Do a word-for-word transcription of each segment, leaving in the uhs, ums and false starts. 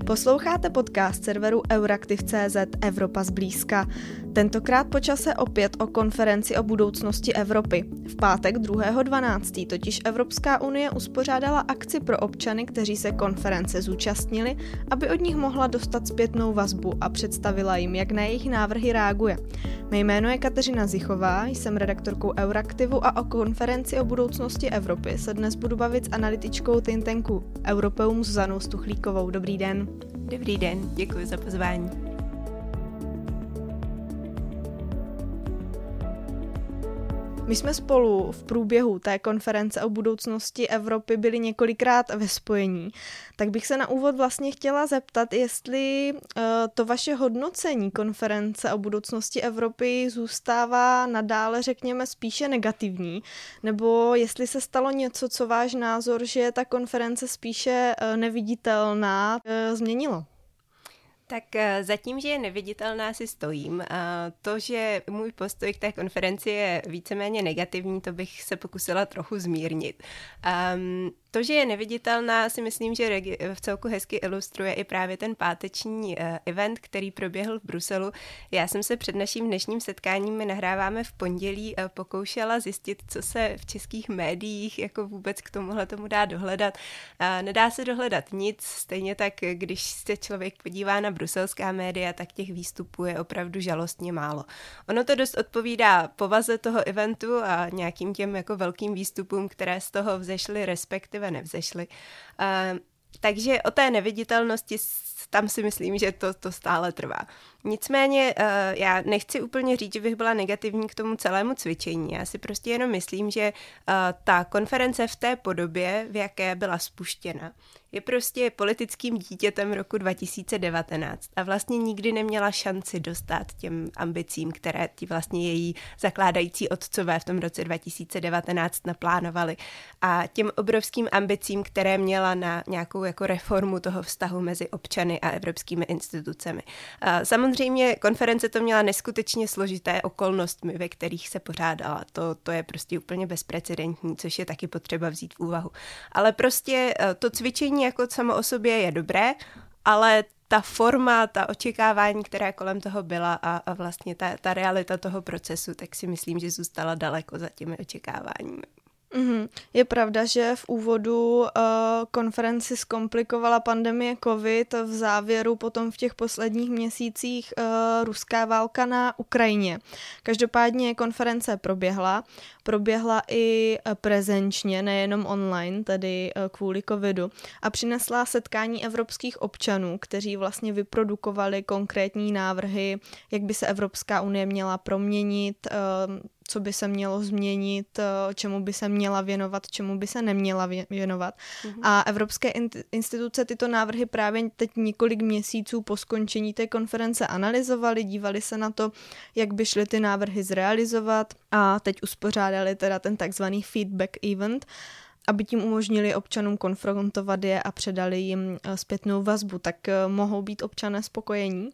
Posloucháte podcast serveru Euraktiv tečka cé zet Evropa zblízka. Tentokrát po čase opět o konferenci o budoucnosti Evropy. V pátek druhého dvanáctého totiž Evropská unie uspořádala akci pro občany, kteří se konference zúčastnili, aby od nich mohla dostat zpětnou vazbu a představila jim, jak na jejich návrhy reaguje. Mé jméno je Kateřina Zichová, jsem redaktorkou Euraktivu a o konferenci o budoucnosti Evropy se dnes budu bavit s analytičkou think tanku Europeum Zuzanou Stuchlíkovou. Dobrý den. Dobrý den, děkuji za pozvání. My jsme spolu v průběhu té konference o budoucnosti Evropy byli několikrát ve spojení, tak bych se na úvod vlastně chtěla zeptat, jestli uh, to vaše hodnocení konference o budoucnosti Evropy zůstává nadále, řekněme, spíše negativní, nebo jestli se stalo něco, co váš názor, že je ta konference spíše uh, neviditelná, uh, změnilo? Tak zatím, že je neviditelná, si stojím. To, že můj postoj k té konferenci je víceméně negativní, to bych se pokusila trochu zmírnit. Um, to, že je neviditelná, si myslím, že v celku hezky ilustruje i právě ten páteční uh, event, který proběhl v Bruselu. Já jsem se před naším dnešním setkáním, my nahráváme v pondělí, uh, pokoušela zjistit, co se v českých médiích jako vůbec k tomuhle tomu dá dohledat. Uh, nedá se dohledat nic, stejně tak, když se člověk podívá na bruselská média, tak těch výstupů je opravdu žalostně málo. Ono to dost odpovídá povaze toho eventu a nějakým těm jako velkým výstupům, které z toho vzešly, respektive nevzešly. Uh, takže o té neviditelnosti tam si myslím, že to, to stále trvá. Nicméně uh, já nechci úplně říct, že bych byla negativní k tomu celému cvičení. Já si prostě jenom myslím, že uh, ta konference v té podobě, v jaké byla spuštěna, je prostě politickým dítětem roku dva tisíce devatenáct a vlastně nikdy neměla šanci dostat těm ambicím, které ti vlastně její zakládající otcové v tom roce dva tisíce devatenáct naplánovali a těm obrovským ambicím, které měla na nějakou jako reformu toho vztahu mezi občany a evropskými institucemi. Uh, samozřejmě konference to měla neskutečně složité okolnostmi, ve kterých se pořádala. To, to je prostě úplně bezprecedentní, což je taky potřeba vzít v úvahu. Ale prostě uh, to cvičení jako samo o sobě je dobré, ale ta forma, ta očekávání, která kolem toho byla a, a vlastně ta, ta realita toho procesu, tak si myslím, že zůstala daleko za těmi očekáváními. Mm-hmm. Je pravda, že v úvodu uh, konferenci zkomplikovala pandemie covid, v závěru potom v těch posledních měsících uh, ruská válka na Ukrajině. Každopádně konference proběhla, proběhla i prezenčně, nejenom online, tedy uh, kvůli covidu, a přinesla setkání evropských občanů, kteří vlastně vyprodukovali konkrétní návrhy, jak by se Evropská unie měla proměnit, uh, co by se mělo změnit, čemu by se měla věnovat, čemu by se neměla věnovat. Mm-hmm. A evropské instituce tyto návrhy právě teď několik měsíců po skončení té konference analyzovaly, dívali se na to, jak by šly ty návrhy zrealizovat a teď uspořádali teda ten takzvaný feedback event, aby tím umožnili občanům konfrontovat je a předali jim zpětnou vazbu. Tak mohou být občané spokojení?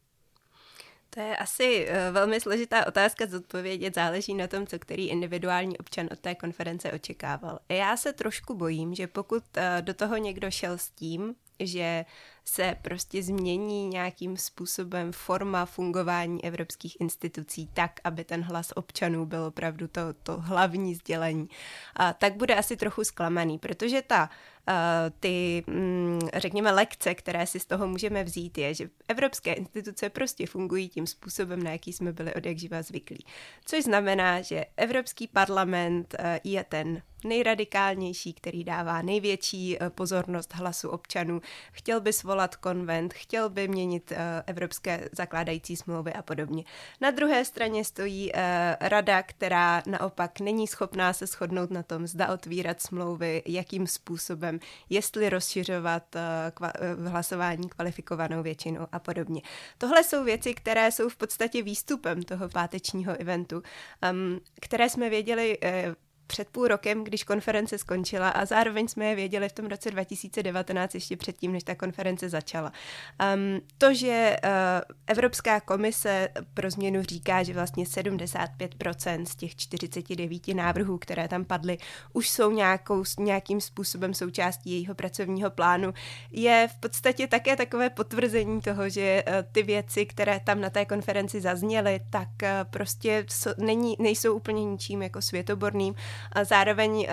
To je asi uh, velmi složitá otázka zodpovědět, záleží na tom, co který individuální občan od té konference očekával. Já se trošku bojím, že pokud uh, do toho někdo šel s tím, že se prostě změní nějakým způsobem forma fungování evropských institucí tak, aby ten hlas občanů byl opravdu to, to hlavní sdělení, a tak bude asi trochu zklamaný, protože ta, uh, ty, mm, řekněme, lekce, které si z toho můžeme vzít, je, že evropské instituce prostě fungují tím způsobem, na jaký jsme byli odjakživa zvyklí. Což znamená, že Evropský parlament uh, je ten nejradikálnější, který dává největší pozornost hlasu občanů, chtěl by svolat konvent, chtěl by měnit uh, evropské zakládající smlouvy a podobně. Na druhé straně stojí uh, rada, která naopak není schopná se shodnout na tom, zda otvírat smlouvy, jakým způsobem, jestli rozšiřovat uh, kva- uh, hlasování kvalifikovanou většinou a podobně. Tohle jsou věci, které jsou v podstatě výstupem toho pátečního eventu, um, které jsme věděli uh, před půl rokem, když konference skončila a zároveň jsme je věděli v tom roce dva tisíce devatenáct, ještě předtím, než ta konference začala. Um, to, že uh, Evropská komise pro změnu říká, že vlastně sedmdesát pět procent z těch čtyřicet devět návrhů, které tam padly, už jsou nějakou, nějakým způsobem součástí jejího pracovního plánu, je v podstatě také takové potvrzení toho, že uh, ty věci, které tam na té konferenci zazněly, tak uh, prostě so, není, nejsou úplně ničím jako světoborným a zároveň uh,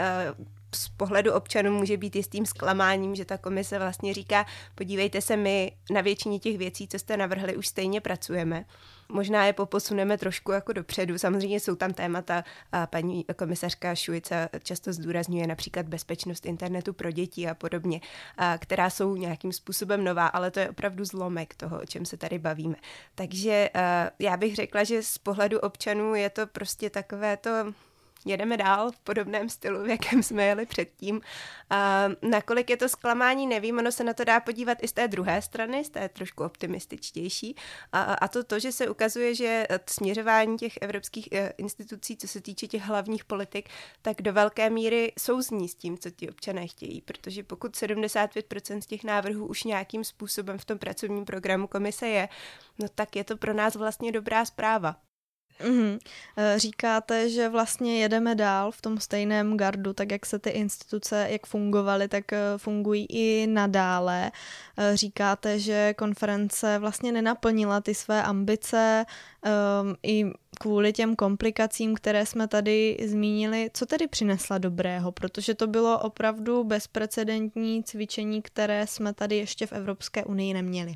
z pohledu občanů může být jistým zklamáním, že ta komise vlastně říká, podívejte se, my na většině těch věcí, co jste navrhli, už stejně pracujeme. Možná je poposuneme trošku jako dopředu. Samozřejmě jsou tam témata, a paní komisařka Šuica často zdůrazňuje například bezpečnost internetu pro děti a podobně, a která jsou nějakým způsobem nová, ale to je opravdu zlomek toho, o čem se tady bavíme. Takže já bych řekla, že z pohledu občanů je to prostě takové to... jedeme dál v podobném stylu, v jakém jsme jeli předtím. A nakolik je to zklamání, nevím, ono se na to dá podívat i z té druhé strany, z té trošku optimističtější. A, a to to, že se ukazuje, že směřování těch evropských institucí, co se týče těch hlavních politik, tak do velké míry souzní s tím, co ti občané chtějí. Protože pokud sedmdesát pět procent z těch návrhů už nějakým způsobem v tom pracovním programu komise je, no tak je to pro nás vlastně dobrá zpráva. Mm-hmm. Říkáte, že vlastně jedeme dál v tom stejném gardu, tak jak se ty instituce, jak fungovaly, tak fungují i nadále. Říkáte, že konference vlastně nenaplnila ty své ambice um, i kvůli těm komplikacím, které jsme tady zmínili. Co tedy přinesla dobrého? Protože to bylo opravdu bezprecedentní cvičení, které jsme tady ještě v Evropské unii neměli.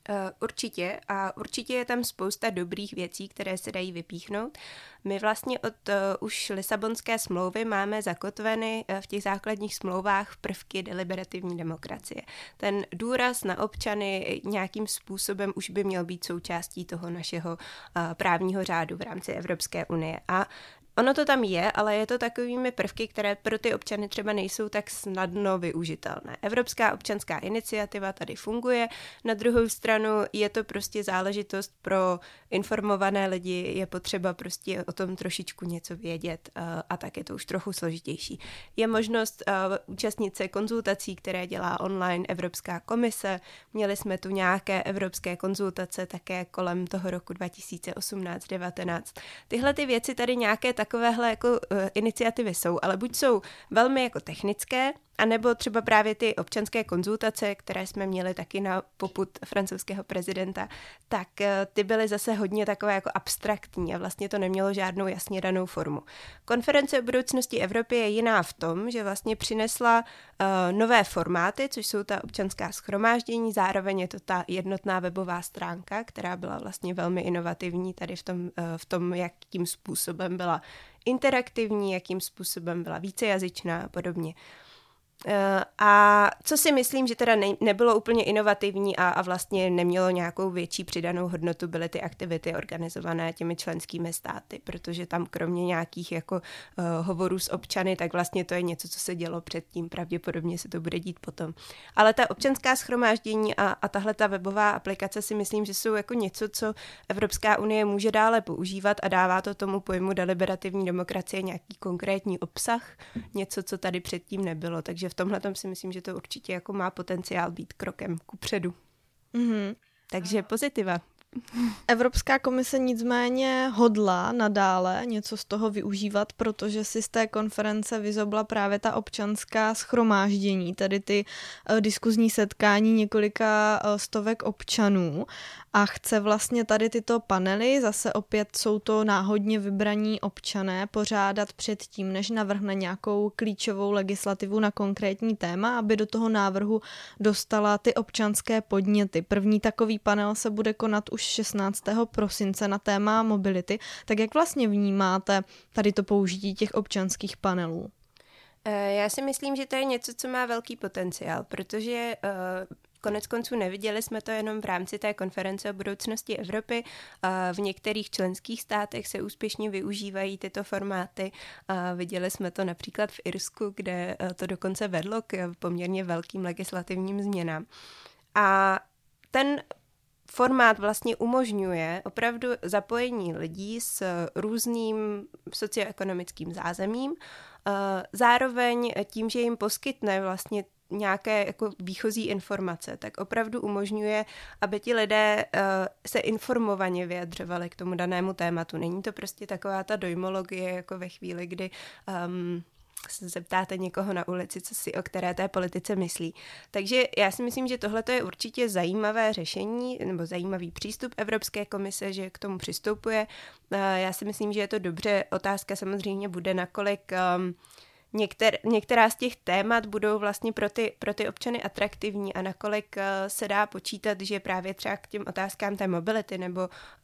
Určitě a určitě je tam spousta dobrých věcí, které se dají vypíchnout. My vlastně od uh, už Lisabonské smlouvy máme zakotveny uh, v těch základních smlouvách prvky deliberativní demokracie. Ten důraz na občany nějakým způsobem už by měl být součástí toho našeho uh, právního řádu v rámci Evropské unie. A ono to tam je, ale je to takovými prvky, které pro ty občany třeba nejsou tak snadno využitelné. Evropská občanská iniciativa tady funguje, na druhou stranu je to prostě záležitost pro informované lidi, je potřeba prostě o tom trošičku něco vědět a, a tak je to už trochu složitější. Je možnost uh, účastnit se konzultací, které dělá online Evropská komise, měli jsme tu nějaké evropské konzultace také kolem toho roku dva tisíce osmnáct devatenáct. Tyhle ty věci tady nějaké takovéhle jako uh, iniciativy jsou, ale buď jsou velmi jako technické, anebo třeba právě ty občanské konzultace, které jsme měli taky na popud francouzského prezidenta, tak uh, ty byly zase hodně takové jako abstraktní a vlastně to nemělo žádnou jasně danou formu. Konference o budoucnosti Evropy je jiná v tom, že vlastně přinesla uh, nové formáty, což jsou ta občanská shromáždění, zároveň je to ta jednotná webová stránka, která byla vlastně velmi inovativní tady v tom, uh, v tom jakým způsobem byla interaktivní, jakým způsobem byla vícejazyčná a podobně. A co si myslím, že teda ne, nebylo úplně inovativní a, a vlastně nemělo nějakou větší přidanou hodnotu, byly ty aktivity organizované těmi členskými státy, protože tam kromě nějakých jako uh, hovorů s občany, tak vlastně to je něco, co se dělo předtím, pravděpodobně se to bude dít potom. Ale ta občanská shromáždění a, a tahle ta webová aplikace si myslím, že jsou jako něco, co Evropská unie může dále používat a dává to tomu pojmu deliberativní demokracie nějaký konkrétní obsah, něco, co tady předtím nebylo, takže v tomhle tom si myslím, že to určitě jako má potenciál být krokem kupředu. Mm-hmm. Takže pozitiva. Evropská komise nicméně hodlá nadále něco z toho využívat, protože si z té konference vyzobla právě ta občanská shromáždění, tedy ty uh, diskuzní setkání několika uh, stovek občanů a chce vlastně tady tyto panely, zase opět jsou to náhodně vybraní občané, pořádat předtím, než navrhne nějakou klíčovou legislativu na konkrétní téma, aby do toho návrhu dostala ty občanské podněty. První takový panel se bude konat už šestnáctého prosince na téma mobility. Tak jak vlastně vnímáte tady to použití těch občanských panelů? Já si myslím, že to je něco, co má velký potenciál, protože uh... konec konců neviděli jsme to jenom v rámci té konference o budoucnosti Evropy. V některých členských státech se úspěšně využívají tyto formáty. Viděli jsme to například v Irsku, kde to dokonce vedlo k poměrně velkým legislativním změnám. A ten formát vlastně umožňuje opravdu zapojení lidí s různým socioekonomickým zázemím Zároveň tím, že jim poskytne vlastně nějaké jako výchozí informace, tak opravdu umožňuje, aby ti lidé uh, se informovaně vyjadřovali k tomu danému tématu. Není to prostě taková ta dojmologie, jako ve chvíli, kdy um, se zeptáte někoho na ulici, co si o které té politice myslí. Takže já si myslím, že tohle je určitě zajímavé řešení nebo zajímavý přístup Evropské komise, že k tomu přistoupuje. Uh, já si myslím, že je to dobře. Otázka samozřejmě bude, nakolik um, Někter, některá z těch témat budou vlastně pro ty, pro ty občany atraktivní a nakolik uh, se dá počítat, že právě třeba k těm otázkám té mobility nebo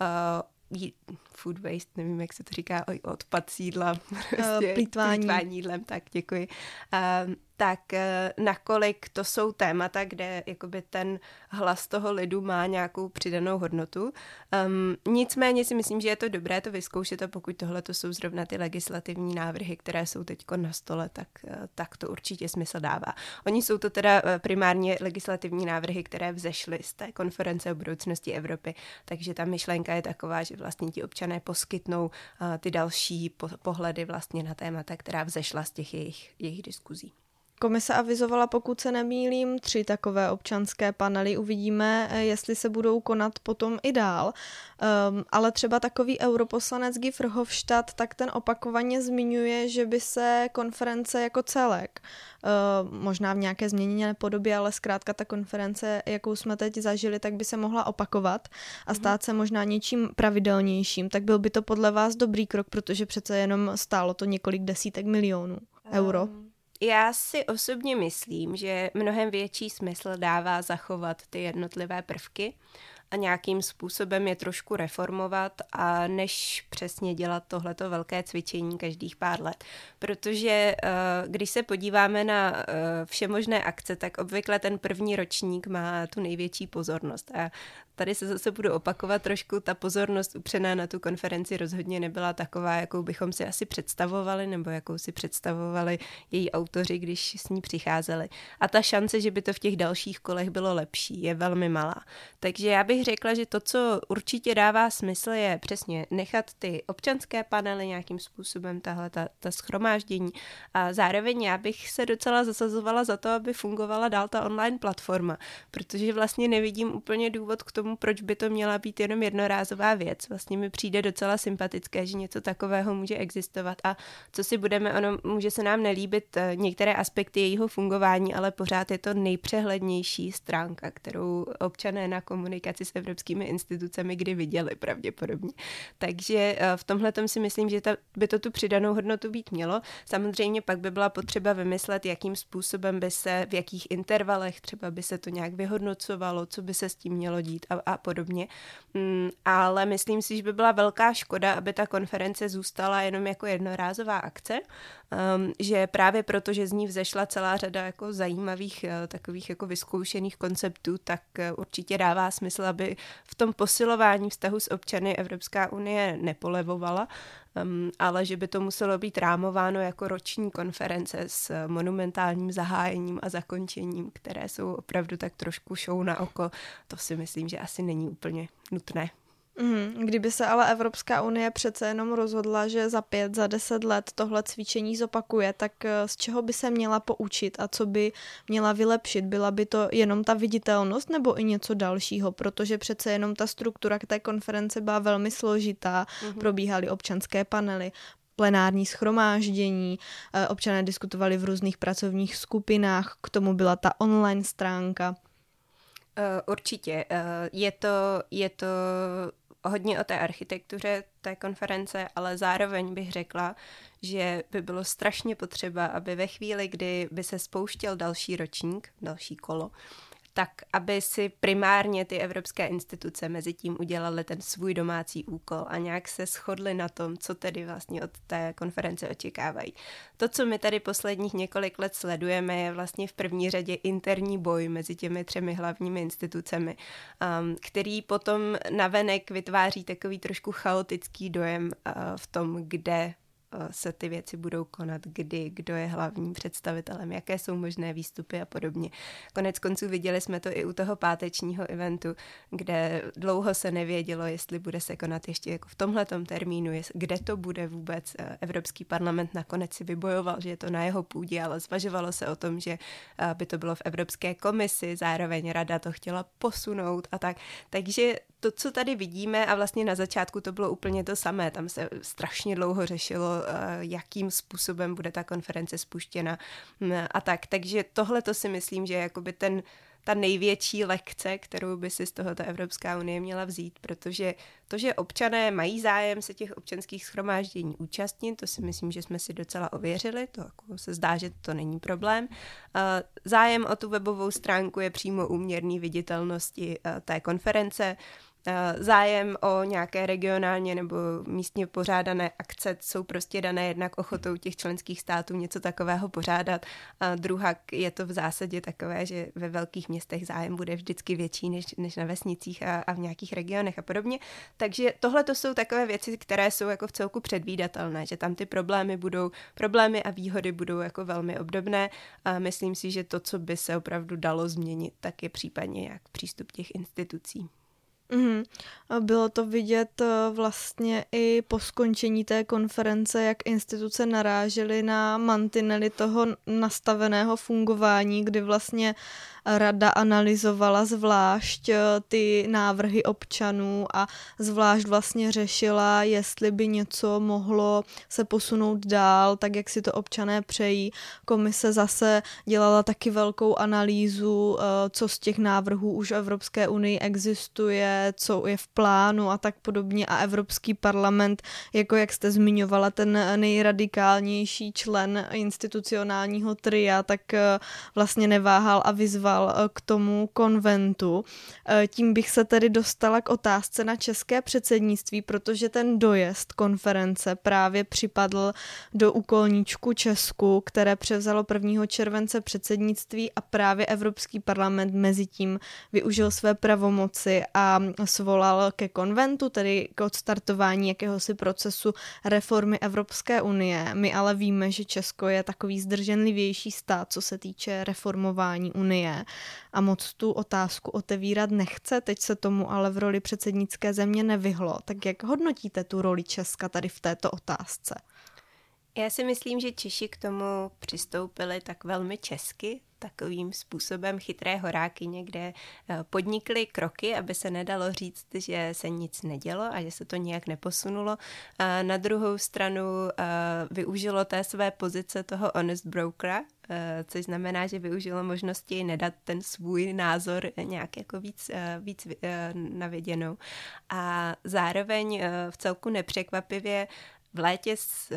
uh, food waste, nevím, jak se to říká, odpad z jídla, prostě, uh, plýtvání. plýtvání jídlem, tak děkuji. Uh, tak uh, nakolik to jsou témata, kde jakoby ten hlas toho lidu má nějakou přidanou hodnotu. Um, nicméně si myslím, že je to dobré to vyzkoušet a pokud tohle to jsou zrovna ty legislativní návrhy, které jsou teď na stole, tak, uh, tak to určitě smysl dává. Oni jsou to teda uh, primárně legislativní návrhy, které vzešly z té konference o budoucnosti Evropy, takže ta myšlenka je taková, že vlastně ti občané poskytnou uh, ty další po- pohledy vlastně na témata, která vzešla z těch jejich, jejich diskuzí. Komise avizovala, pokud se nemýlím, tři takové občanské panely. Uvidíme, jestli se budou konat potom i dál. Um, ale třeba takový europoslanec Guy Verhofstadt, tak ten opakovaně zmiňuje, že by se konference jako celek, uh, možná v nějaké změněné podobě, ale zkrátka ta konference, jakou jsme teď zažili, tak by se mohla opakovat a stát se možná něčím pravidelnějším. Tak byl by to podle vás dobrý krok, protože přece jenom stálo to několik desítek milionů euro. Um. Já si osobně myslím, že mnohem větší smysl dává zachovat ty jednotlivé prvky a nějakým způsobem je trošku reformovat a než přesně dělat tohleto velké cvičení každých pár let. Protože když se podíváme na všemožné akce, tak obvykle ten první ročník má tu největší pozornost. A tady se zase budu opakovat trošku, ta pozornost upřená na tu konferenci rozhodně nebyla taková, jakou bychom si asi představovali, nebo jakou si představovali její autoři, když s ní přicházeli. A ta šance, že by to v těch dalších kolech bylo lepší, je velmi malá. Takže já bych řekla, že to, co určitě dává smysl, je přesně nechat ty občanské panely nějakým způsobem, tahle ta, ta shromáždění. A zároveň já bych se docela zasazovala za to, aby fungovala dál ta online platforma, protože vlastně nevidím úplně důvod k tomu, proč by to měla být jenom jednorázová věc. Vlastně mi přijde docela sympatické, že něco takového může existovat a co si budeme, ono může se nám nelíbit některé aspekty jejího fungování, ale pořád je to nejpřehlednější stránka, kterou občané na komunikaci s evropskými institucemi kdy viděli pravděpodobně. Takže v tomhletom si myslím, že ta, by to tu přidanou hodnotu být mělo. Samozřejmě pak by byla potřeba vymyslet, jakým způsobem by se, v jakých intervalech třeba by se to nějak vyhodnocovalo, co by se s tím mělo dít a, a podobně. Mm, ale myslím si, že by byla velká škoda, aby ta konference zůstala jenom jako jednorázová akce, um, že právě proto, že z ní vzešla celá řada jako zajímavých uh, takových jako vyzkoušených konceptů, tak uh, určitě dává smysl, aby v tom posilování vztahu s občany Evropská unie nepolevovala, um, ale že by to muselo být rámováno jako roční konference s monumentálním zahájením a zakončením, které jsou opravdu tak trošku show na oko. To si myslím, že asi není úplně nutné. Mm, kdyby se ale Evropská unie přece jenom rozhodla, že za pět, za deset let tohle cvičení zopakuje, tak z čeho by se měla poučit a co by měla vylepšit? Byla by to jenom ta viditelnost nebo i něco dalšího? Protože přece jenom ta struktura k té konference byla velmi složitá, mm-hmm. probíhaly občanské panely, plenární shromáždění, občané diskutovali v různých pracovních skupinách, k tomu byla ta online stránka. Určitě. Je to, je to hodně o té architektuře té konference, ale zároveň bych řekla, že by bylo strašně potřeba, aby ve chvíli, kdy by se spouštěl další ročník, další kolo, tak aby si primárně ty evropské instituce mezi tím udělaly ten svůj domácí úkol a nějak se shodly na tom, co tedy vlastně od té konference očekávají. To, co my tady posledních několik let sledujeme, je vlastně v první řadě interní boj mezi těmi třemi hlavními institucemi, um, který potom navenek vytváří takový trošku chaotický dojem uh, v tom, kde se ty věci budou konat, kdy, kdo je hlavním představitelem, jaké jsou možné výstupy a podobně. Konec konců viděli jsme to i u toho pátečního eventu, kde dlouho se nevědělo, jestli bude se konat ještě jako v tomhletom termínu, kde to bude vůbec. Evropský parlament nakonec si vybojoval, že je to na jeho půdě, ale zvažovalo se o tom, že by to bylo v Evropské komisi, zároveň rada to chtěla posunout a tak. Takže to, co tady vidíme, a vlastně na začátku to bylo úplně to samé, tam se strašně dlouho řešilo, jakým způsobem bude ta konference spuštěna a tak. Takže tohle to si myslím, že je jakoby ten, ta největší lekce, kterou by si z toho ta Evropská unie měla vzít, protože to, že občané mají zájem se těch občanských shromáždění účastnit, to si myslím, že jsme si docela ověřili, to jako se zdá, že to není problém. Zájem o tu webovou stránku je přímo úměrný viditelnosti té konference. Zájem o nějaké regionálně nebo místně pořádané akce jsou prostě dané jednak ochotou těch členských států něco takového pořádat. A druhak je to v zásadě takové, že ve velkých městech zájem bude vždycky větší než, než na vesnicích a, a v nějakých regionech a podobně. Takže tohle to jsou takové věci, které jsou jako v celku předvídatelné, že tam ty problémy budou, problémy a výhody budou jako velmi obdobné a myslím si, že to, co by se opravdu dalo změnit, tak je případně jak přístup těch institucí. Mm. Bylo to vidět vlastně i po skončení té konference, jak instituce narážely na mantinely toho nastaveného fungování, kdy vlastně rada analyzovala zvlášť ty návrhy občanů a zvlášť vlastně řešila, jestli by něco mohlo se posunout dál, tak jak si to občané přejí. Komise zase dělala taky velkou analýzu, co z těch návrhů už v Evropské unii existuje, co je v plánu a tak podobně a Evropský parlament, jako jak jste zmiňovala, ten nejradikálnější člen institucionálního tria, tak vlastně neváhal a vyzval k tomu konventu. Tím bych se tedy dostala k otázce na české předsednictví, protože ten dojezd konference právě připadl do úkolníčku Česku, které převzalo prvního července předsednictví a právě Evropský parlament mezi tím využil své pravomoci a svolal ke konventu, tedy k odstartování jakéhosi procesu reformy Evropské unie. My ale víme, že Česko je takový zdrženlivější stát, co se týče reformování unie a moc tu otázku otevírat nechce, teď se tomu ale v roli předsednické země nevyhlo. Tak jak hodnotíte tu roli Česka tady v této otázce? Já si myslím, že Češi k tomu přistoupili tak velmi česky, takovým způsobem chytré horákyně, kde podnikli kroky, aby se nedalo říct, že se nic nedělo a že se to nějak neposunulo. A na druhou stranu využilo té své pozice toho honest brokera, což znamená, že využilo možnosti nedat ten svůj názor nějak jako víc, víc navěděnou. A zároveň v celku nepřekvapivě v létě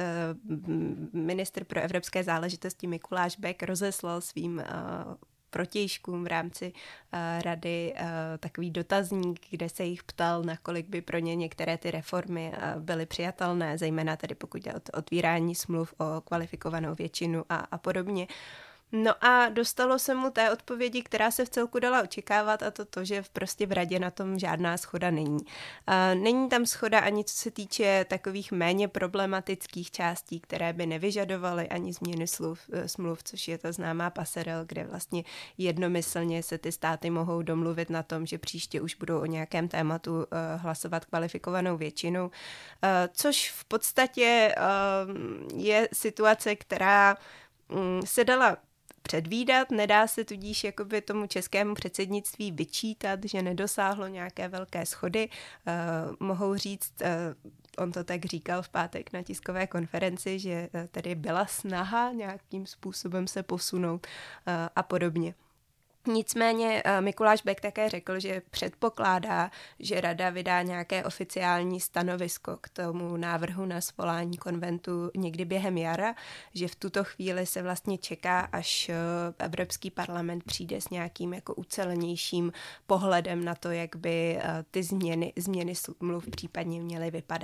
ministr pro evropské záležitosti Mikuláš Bek rozeslal svým protějškům v rámci rady takový dotazník, kde se jich ptal, nakolik by pro ně některé ty reformy byly přijatelné, zejména tedy pokud jde o otvírání smluv o kvalifikovanou většinu a, a podobně. No a dostalo se mu té odpovědi, která se v celku dala očekávat, a to to, že prostě v radě na tom žádná shoda není. A není tam shoda ani co se týče takových méně problematických částí, které by nevyžadovaly ani změny smluv, smluv, což je ta známá passerelle, kde vlastně jednomyslně se ty státy mohou domluvit na tom, že příště už budou o nějakém tématu uh, hlasovat kvalifikovanou většinou, uh, což v podstatě uh, je situace, která um, se dala předvídat, nedá se tudíž jakoby tomu českému předsednictví vyčítat, že nedosáhlo nějaké velké shody. Uh, mohou říct, uh, on to tak říkal v pátek na tiskové konferenci, že uh, tady byla snaha nějakým způsobem se posunout uh, a podobně. Nicméně Mikuláš Bek také řekl, že předpokládá, že rada vydá nějaké oficiální stanovisko k tomu návrhu na svolání konventu někdy během jara, že v tuto chvíli se vlastně čeká, až Evropský parlament přijde s nějakým jako ucelenějším pohledem na to, jak by ty změny, změny smluv případně měly vypadat.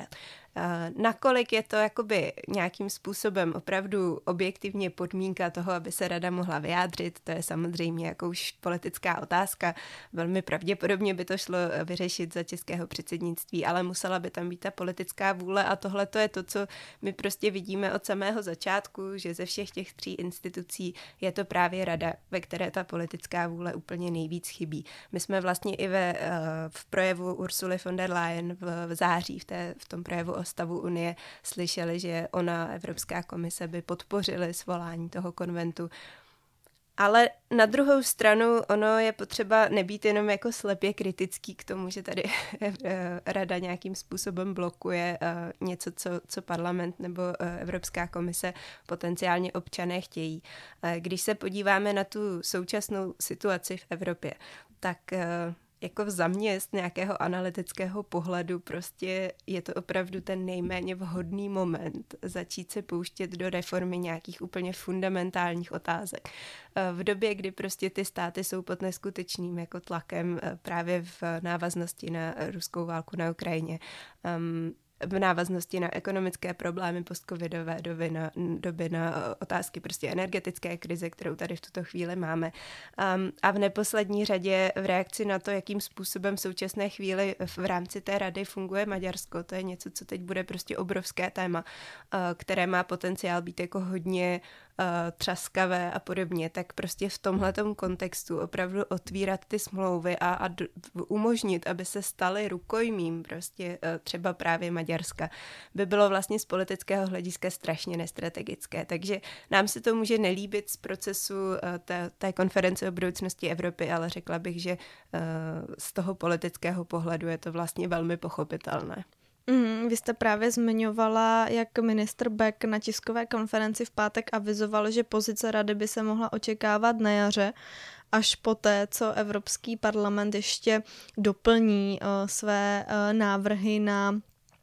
Nakolik je to jakoby nějakým způsobem opravdu objektivně podmínka toho, aby se rada mohla vyjádřit, to je samozřejmě jako už politická otázka. Velmi pravděpodobně by to šlo vyřešit za českého předsednictví, ale musela by tam být ta politická vůle a tohle to je to, co my prostě vidíme od samého začátku, že ze všech těch tří institucí je to právě rada, ve které ta politická vůle úplně nejvíc chybí. My jsme vlastně i ve, v projevu Ursuly von der Leyen v září, v, té, v tom projevu o stavu Unie, slyšeli, že ona, Evropská komise, by podpořili svolání toho konventu. Ale na druhou stranu ono je potřeba nebýt jenom jako slepě kritický k tomu, že tady rada nějakým způsobem blokuje něco, co, co parlament nebo Evropská komise potenciálně občané chtějí. Když se podíváme na tu současnou situaci v Evropě, tak jako za mě z nějakého analytického pohledu prostě je to opravdu ten nejméně vhodný moment začít se pouštět do reformy nějakých úplně fundamentálních otázek. V době, kdy prostě ty státy jsou pod neskutečným jako tlakem právě v návaznosti na ruskou válku na Ukrajině, um, v návaznosti na ekonomické problémy postcovidové doby, na, doby na otázky prostě energetické krize, kterou tady v tuto chvíli máme. Um, a v neposlední řadě v reakci na to, jakým způsobem v současné chvíli v, v rámci té rady funguje Maďarsko, to je něco, co teď bude prostě obrovské téma, uh, které má potenciál být jako hodně uh, třaskavé a podobně, tak prostě v tomhletom kontextu opravdu otvírat ty smlouvy a, a d- umožnit, aby se staly rukojmím prostě uh, třeba právě Maďarsko, Maďarska, by bylo vlastně z politického hlediska strašně nestrategické. Takže nám se to může nelíbit z procesu té, té konference o budoucnosti Evropy, ale řekla bych, že z toho politického pohledu je to vlastně velmi pochopitelné. Mm, vy jste právě zmiňovala, jak ministr Beck na tiskové konferenci v pátek avizoval, že pozice rady by se mohla očekávat na jaře, až poté, co Evropský parlament ještě doplní uh, své uh, návrhy na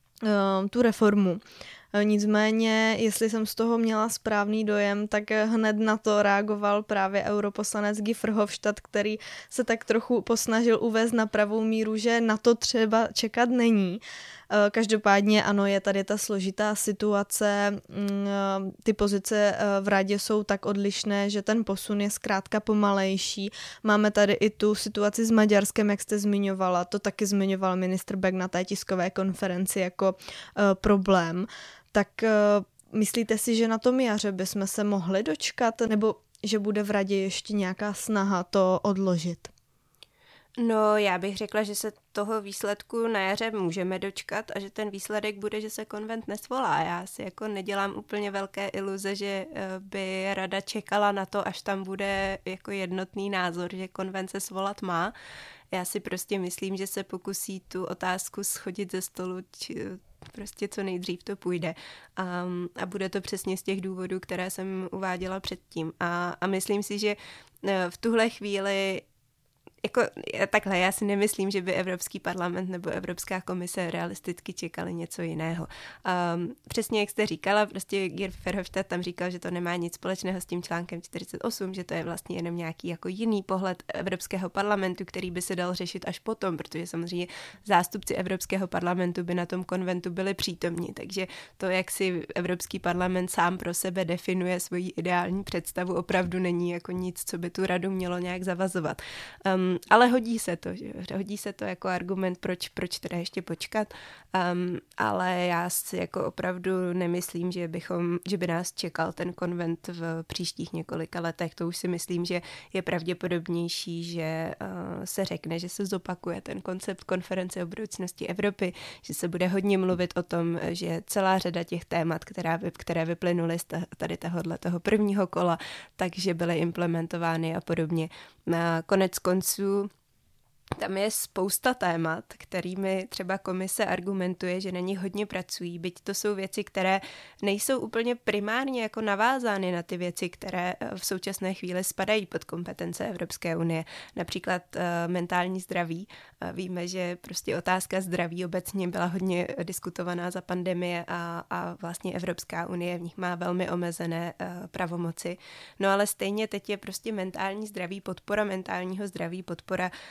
tu reformu. Nicméně, jestli jsem z toho měla správný dojem, tak hned na to reagoval právě europoslanec Guy Verhofstadt, který se tak trochu posnažil uvést na pravou míru, že na to třeba čekat není. Každopádně ano, je tady ta složitá situace, ty pozice v radě jsou tak odlišné, že ten posun je zkrátka pomalejší. Máme tady i tu situaci s Maďarskem, jak jste zmiňovala, to taky zmiňoval ministr Beck na té tiskové konferenci jako problém. Tak myslíte si, že na tom jaře bychom se mohli dočkat, nebo že bude v radě ještě nějaká snaha to odložit? No, já bych řekla, že se toho výsledku na jaře můžeme dočkat a že ten výsledek bude, že se konvent nesvolá. Já si jako nedělám úplně velké iluze, že by rada čekala na to, až tam bude jako jednotný názor, že konvent se svolat má. Já si prostě myslím, že se pokusí tu otázku schodit ze stolu, či prostě co nejdřív to půjde. Um, a bude to přesně z těch důvodů, které jsem uváděla předtím. A, a myslím si, že v tuhle chvíli jako takhle, já si nemyslím, že by Evropský parlament nebo Evropská komise realisticky čekali něco jiného. Um, přesně jak jste říkala, prostě Guy Verhofstadt tam říkal, že to nemá nic společného s tím článkem čtyřicet osm, že to je vlastně jenom nějaký jako jiný pohled Evropského parlamentu, který by se dal řešit až potom, protože samozřejmě zástupci Evropského parlamentu by na tom konventu byli přítomní, takže to, jak si Evropský parlament sám pro sebe definuje svoji ideální představu, opravdu není jako nic, co by tu radu mělo nějak zavazovat. Um, Ale hodí se to, že? Hodí se to jako argument, proč, proč teda ještě počkat, um, ale já si jako opravdu nemyslím, že, bychom, že by nás čekal ten konvent v příštích několika letech. To už si myslím, že je pravděpodobnější, že uh, se řekne, že se zopakuje ten koncept konference o budoucnosti Evropy, že se bude hodně mluvit o tom, že celá řada těch témat, která, které vyplynuly z tady tohohle toho prvního kola, takže byly implementovány a podobně. Na konec konců tam je spousta témat, kterými třeba komise argumentuje, že na nich hodně pracují, byť to jsou věci, které nejsou úplně primárně jako navázány na ty věci, které v současné chvíli spadají pod kompetence Evropské unie. Například uh, mentální zdraví. Uh, víme, že prostě otázka zdraví obecně byla hodně diskutovaná za pandemie a, a vlastně Evropská unie v nich má velmi omezené uh, pravomoci. No ale stejně teď je prostě mentální zdraví, podpora mentálního zdraví, podpora uh,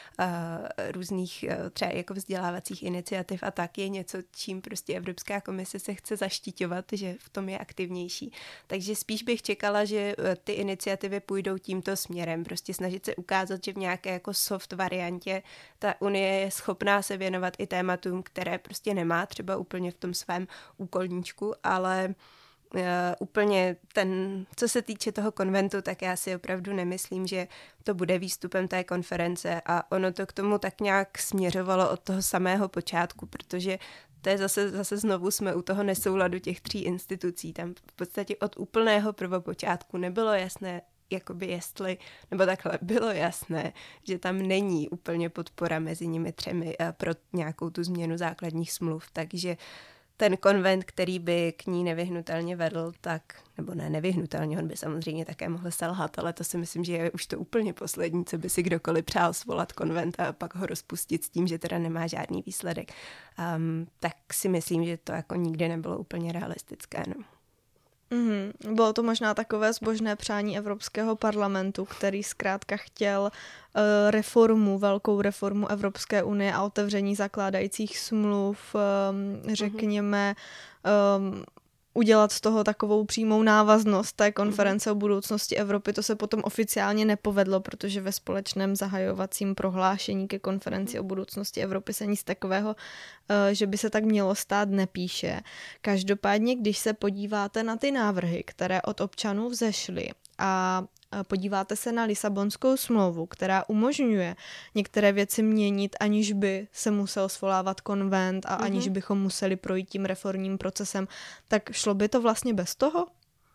různých uh, třeba jako vzdělávacích iniciativ a tak je něco, čím prostě Evropská komise se chce zaštiťovat, že v tom je aktivnější. Takže spíš bych čekala, že ty iniciativy půjdou tímto směrem, prostě snažit se ukázat, že v nějaké jako soft variantě ta Unie je schopná se věnovat i tématům, které prostě nemá třeba úplně v tom svém úkolníčku, ale Uh, úplně ten, co se týče toho konventu, tak já si opravdu nemyslím, že to bude výstupem té konference a ono to k tomu tak nějak směřovalo od toho samého počátku, protože to je zase, zase znovu jsme u toho nesouladu těch tří institucí. Tam v podstatě od úplného prvopočátku nebylo jasné, jakoby jestli, nebo takhle bylo jasné, že tam není úplně podpora mezi nimi třemi uh, pro nějakou tu změnu základních smluv, takže ten konvent, který by k ní nevyhnutelně vedl, tak, nebo ne nevyhnutelně, on by samozřejmě také mohl selhat, ale to si myslím, že je už to úplně poslední, co by si kdokoliv přál svolat konvent a pak ho rozpustit s tím, že teda nemá žádný výsledek. Um, tak si myslím, že to jako nikdy nebylo úplně realistické. No. Mm-hmm. Bylo to možná takové zbožné přání Evropského parlamentu, který zkrátka chtěl uh, reformu, velkou reformu Evropské unie a otevření zakládajících smluv, um, řekněme, um, udělat z toho takovou přímou návaznost té konference o budoucnosti Evropy. To se potom oficiálně nepovedlo, protože ve společném zahajovacím prohlášení ke konferenci o budoucnosti Evropy se nic takového, že by se tak mělo stát, nepíše. Každopádně, když se podíváte na ty návrhy, které od občanů vzešly a podíváte se na Lisabonskou smlouvu, která umožňuje některé věci měnit, aniž by se musel svolávat konvent a aniž bychom museli projít tím reformním procesem, tak šlo by to vlastně bez toho?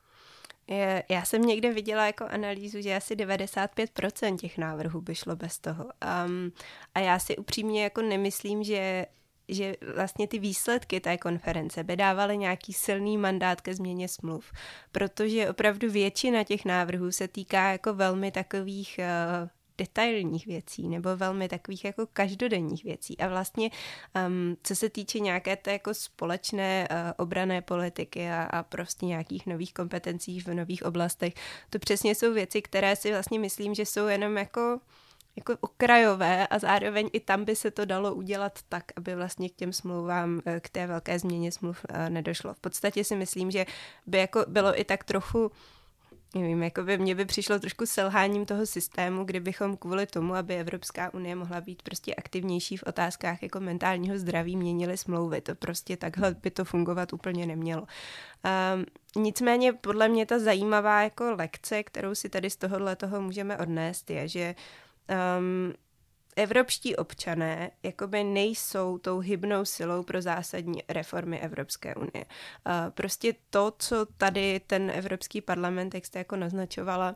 Já jsem někde viděla jako analýzu, že asi devadesát pět procent těch návrhů by šlo bez toho. Um, a já si upřímně jako nemyslím, že že vlastně ty výsledky té konference by dávaly nějaký silný mandát ke změně smluv, protože opravdu většina těch návrhů se týká jako velmi takových uh, detailních věcí nebo velmi takových jako každodenních věcí. A vlastně, um, co se týče nějaké té jako společné uh, obranné politiky a, a prostě nějakých nových kompetencí v nových oblastech, to přesně jsou věci, které si vlastně myslím, že jsou jenom jako jako okrajové a zároveň i tam by se to dalo udělat tak, aby vlastně k těm smlouvám, k té velké změně smluv nedošlo. V podstatě si myslím, že by jako bylo i tak trochu, nevím, jako by mně by přišlo trošku selháním toho systému, kdybychom kvůli tomu, aby Evropská unie mohla být prostě aktivnější v otázkách jako mentálního zdraví, měnili smlouvy. To prostě takhle by to fungovat úplně nemělo. Um, nicméně podle mě ta zajímavá jako lekce, kterou si tady z tohohle toho můžeme odnést, je, že Um, evropští občané jakoby nejsou tou hybnou silou pro zásadní reformy Evropské unie. Uh, prostě to, co tady ten Evropský parlament, jak jste jako naznačovala,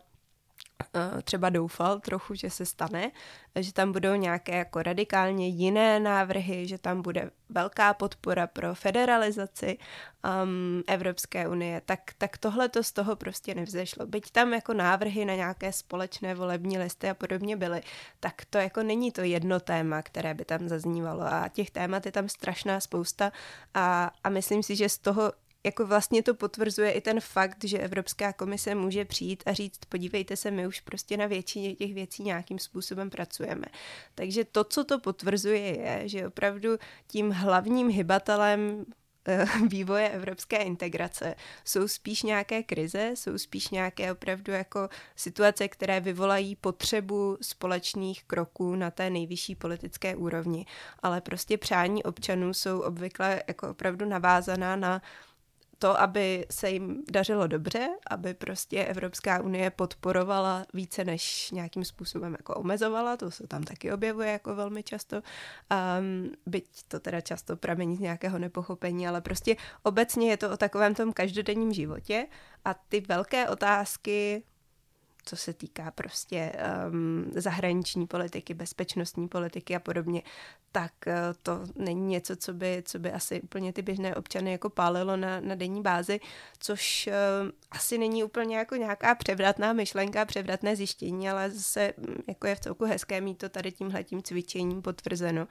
třeba doufal trochu, že se stane, že tam budou nějaké jako radikálně jiné návrhy, že tam bude velká podpora pro federalizaci um, Evropské unie, tak, tak tohle to z toho prostě nevzešlo. Byť tam jako návrhy na nějaké společné volební listy a podobně byly, tak to jako není to jedno téma, které by tam zaznívalo a těch témat je tam strašná spousta a, a myslím si, že z toho jako vlastně to potvrzuje i ten fakt, že Evropská komise může přijít a říct, podívejte se, my už prostě na většině těch věcí nějakým způsobem pracujeme. Takže to, co to potvrzuje, je, že opravdu tím hlavním hybatelem vývoje evropské integrace jsou spíš nějaké krize, jsou spíš nějaké opravdu jako situace, které vyvolají potřebu společných kroků na té nejvyšší politické úrovni. Ale prostě přání občanů jsou obvykle jako opravdu navázaná na to, aby se jim dařilo dobře, aby prostě Evropská unie podporovala více než nějakým způsobem jako omezovala, to se tam taky objevuje jako velmi často, um, byť to teda často pramení z nějakého nepochopení, ale prostě obecně je to o takovém tom každodenním životě a ty velké otázky, co se týká prostě um, zahraniční politiky, bezpečnostní politiky a podobně, tak uh, to není něco, co by, co by asi úplně ty běžné občany jako pálilo na, na denní bázi, což uh, asi není úplně jako nějaká převratná myšlenka, převratné zjištění, ale zase jako je v celku hezké mít to tady tímhletím cvičením potvrzeno.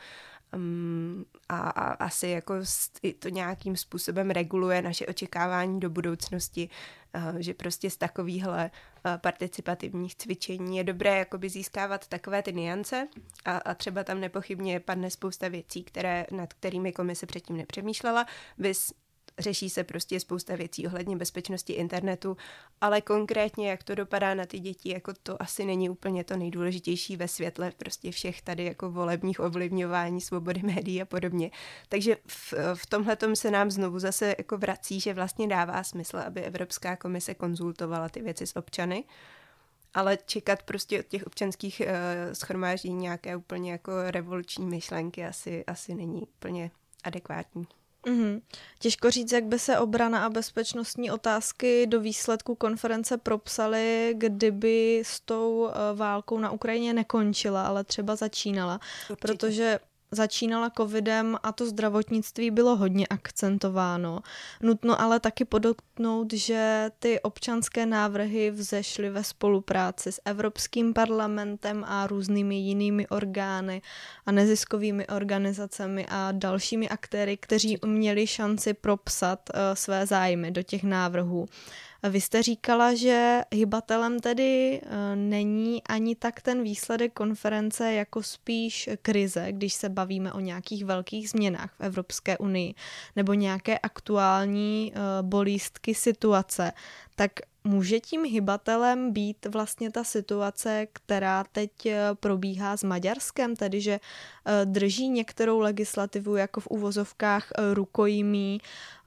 Um, a, a asi jako to nějakým způsobem reguluje naše očekávání do budoucnosti, že prostě z takovýchhle participativních cvičení je dobré jakoby získávat takové ty nuance a, a třeba tam nepochybně padne spousta věcí, které, nad kterými komise předtím nepřemýšlela, vys řeší se prostě spousta věcí ohledně bezpečnosti internetu, ale konkrétně, jak to dopadá na ty děti, jako to asi není úplně to nejdůležitější ve světle prostě všech tady jako volebních ovlivňování, svobody médií a podobně. Takže v, v tomhletom se nám znovu zase jako vrací, že vlastně dává smysl, aby Evropská komise konzultovala ty věci s občany, ale čekat prostě od těch občanských uh, shromáždění nějaké úplně jako revoluční myšlenky asi, asi není úplně adekvátní. Mm-hmm. Těžko říct, jak by se obrana a bezpečnostní otázky do výsledku konference propsaly, kdyby s tou válkou na Ukrajině nekončila, ale třeba začínala. Určitě. Protože začínala covidem a to zdravotnictví bylo hodně akcentováno. Nutno ale taky podotknout, že ty občanské návrhy vzešly ve spolupráci s Evropským parlamentem a různými jinými orgány a neziskovými organizacemi a dalšími aktéry, kteří měli šanci propsat uh, své zájmy do těch návrhů. Vy jste říkala, že hybatelem tedy není ani tak ten výsledek konference, jako spíš krize, když se bavíme o nějakých velkých změnách v Evropské unii, nebo nějaké aktuální bolístky situace. Tak může tím hybatelem být vlastně ta situace, která teď probíhá s Maďarskem, tedy že drží některou legislativu jako v uvozovkách rukojmí,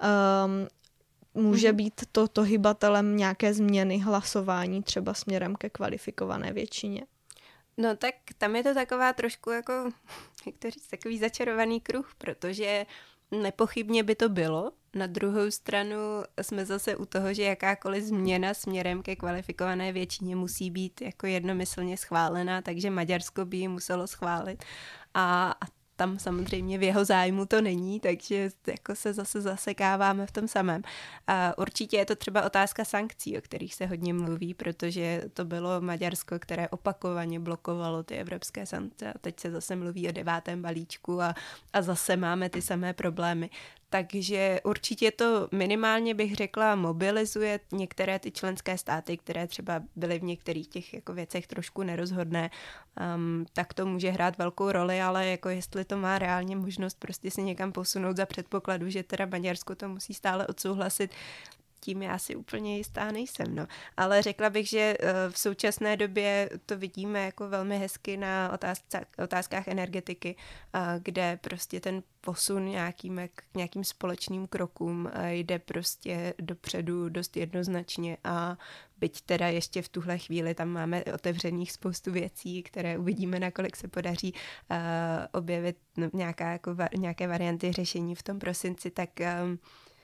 může být to, to hybatelem nějaké změny hlasování třeba směrem ke kvalifikované většině? No tak tam je to taková trošku jako, jak to říct, takový začarovaný kruh, protože nepochybně by to bylo. Na druhou stranu jsme zase u toho, že jakákoliv změna směrem ke kvalifikované většině musí být jako jednomyslně schválená, takže Maďarsko by ji muselo schválit. A, a tam samozřejmě v jeho zájmu to není, takže jako se zase zasekáváme v tom samém. A určitě je to třeba otázka sankcí, o kterých se hodně mluví, protože to bylo Maďarsko, které opakovaně blokovalo ty evropské sankce a teď se zase mluví o devátém balíčku a, a zase máme ty samé problémy. Takže určitě to minimálně bych řekla mobilizuje některé ty členské státy, které třeba byly v některých těch jako věcech trošku nerozhodné, um, tak to může hrát velkou roli, ale jako jestli to má reálně možnost prostě se někam posunout za předpokladu, že teda Maďarsko to musí stále odsouhlasit, tím já si úplně jistá nejsem, no. Ale řekla bych, že v současné době to vidíme jako velmi hezky na otázce, otázkách energetiky, kde prostě ten posun nějakým, k nějakým společným krokům jde prostě dopředu dost jednoznačně a byť teda ještě v tuhle chvíli tam máme otevřených spoustu věcí, které uvidíme, nakolik se podaří uh, objevit nějaká, jako, nějaké varianty řešení v tom prosinci, tak um,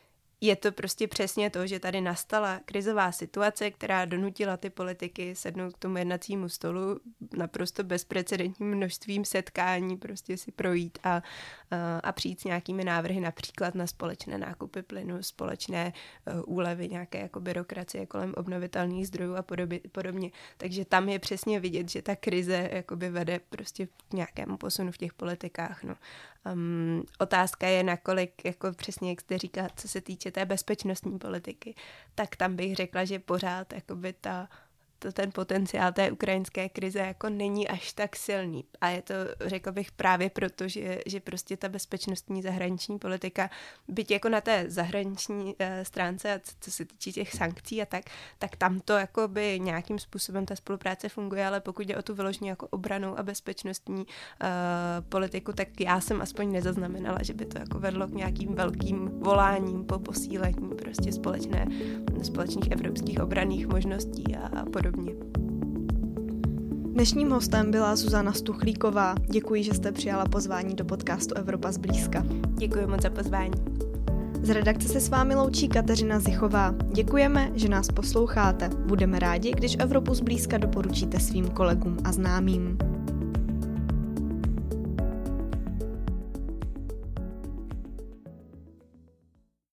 je to prostě přesně to, že tady nastala krizová situace, která donutila ty politiky sednout k tomu jednacímu stolu naprosto bezprecedentním množstvím setkání, prostě si projít a, a, a přijít s nějakými návrhy například na společné nákupy plynu, společné uh, úlevy, nějaké jako byrokracie kolem obnovitelných zdrojů a podobě, podobně. Takže tam je přesně vidět, že ta krize jakoby vede prostě k nějakému posunu v těch politikách. No. Um, otázka je, nakolik, jako přesně jak jste říkala, co se týče té bezpečnostní politiky, tak tam bych řekla, že pořád jakoby ta, to, ten potenciál té ukrajinské krize jako není až tak silný. A je to, řekla bych, právě proto, že, že prostě ta bezpečnostní zahraniční politika, byť jako na té zahraniční uh, stránce, a co, co se týče těch sankcí a tak, tak tam to jakoby nějakým způsobem ta spolupráce funguje, ale pokud jde o tu vyloženě jako obranou a bezpečnostní uh, politiku, tak já jsem aspoň nezaznamenala, že by to jako vedlo k nějakým velkým voláním po posílení prostě společné, společných evropských obranných možností a, a podobně. Dnešním hostem byla Zuzana Stuchlíková. Děkuji, že jste přijala pozvání do podcastu Evropa zblízka. Děkuji moc za pozvání. Z redakce se s vámi loučí Kateřina Zichová. Děkujeme, že nás posloucháte. Budeme rádi, když Evropu zblízka doporučíte svým kolegům a známým.